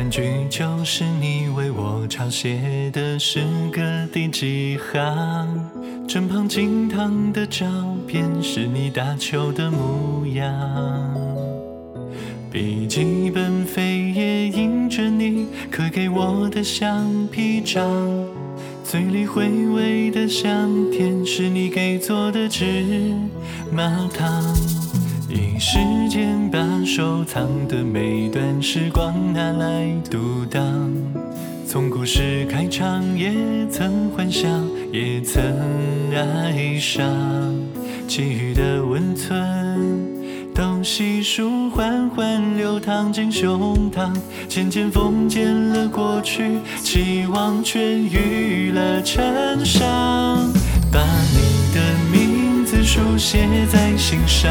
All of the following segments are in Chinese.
玩具就是你为我抄写的诗歌第几行，身旁金汤的照片是你打球的模样，笔记本扉页印着你刻给我的橡皮章，嘴里回味的香甜是你给做的芝麻糖，一时间把收藏的每段时光拿来读档，从故事开场也曾幻想，也曾爱上，其余的温存都细数缓缓流淌进胸膛，渐渐封缄了过去，期望痊愈了成伤，把你的名字书写在心上，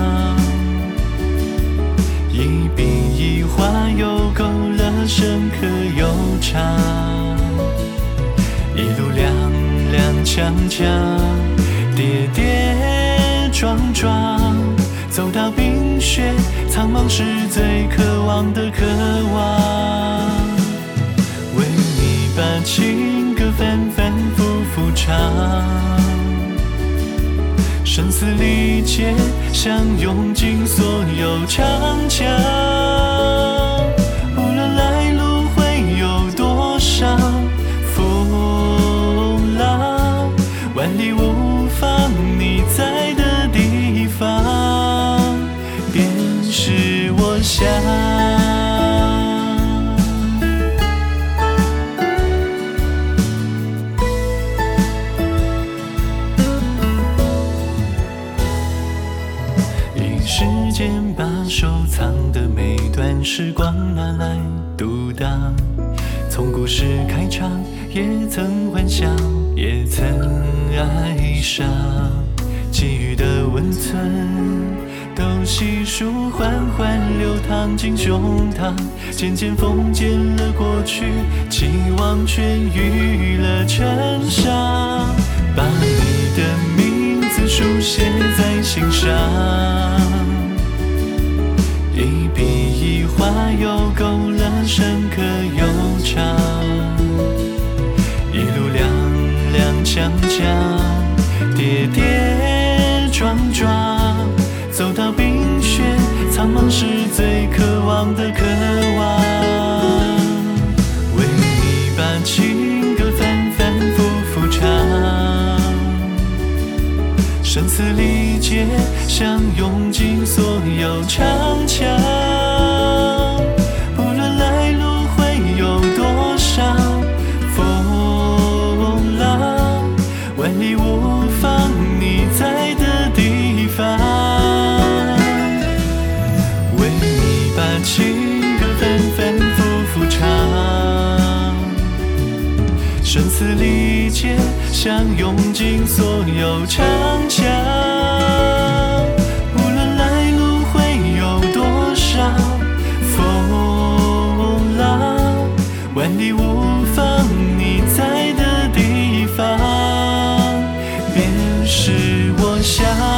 一笔一画又勾勒深刻悠长，一路踉踉跄跄，跌跌撞撞，走到冰雪苍茫是最渴望的渴望，为你把情歌反反复复唱，声嘶力竭想用尽所有逞强，无论来路会有多少风浪，万里无妨你在的地方便是我想。一时间把收藏的每段时光拿来读档，从故事开场也曾幻想，也曾爱上，其余的温存都细数缓缓流淌进胸膛，渐渐封缄了过去，期望痊愈了成伤，把你的名字书写在心上，一笔一画又勾勒深刻悠长，一路踉踉跄跄，跌跌撞撞，走到冰雪苍茫是最渴望的渴望，为你把情歌反反复复唱，声嘶力竭想用尽所有逞强，无论来路会有多少风浪，万里无妨你在的地方，为你把情歌反反复复唱，声嘶力竭想用尽所有逞强，无论来路会有多少风浪，万里无妨你在的地方便是我想。